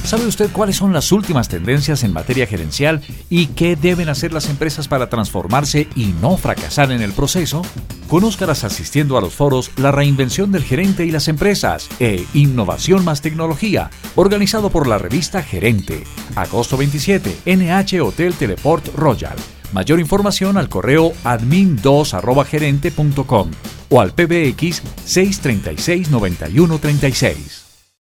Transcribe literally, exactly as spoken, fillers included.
¿Sabe usted cuáles son las últimas tendencias en materia gerencial y qué deben hacer las empresas para transformarse y no fracasar en el proceso? Conózcalas asistiendo a los foros La reinvención del gerente y las empresas e Innovación más tecnología, organizado por la revista Gerente. agosto veintisiete, N H Hotel Teleport Royal. Mayor información al correo admin dos arroba gerente punto com o al P B X seis treinta y seis noventa y uno treinta y seis.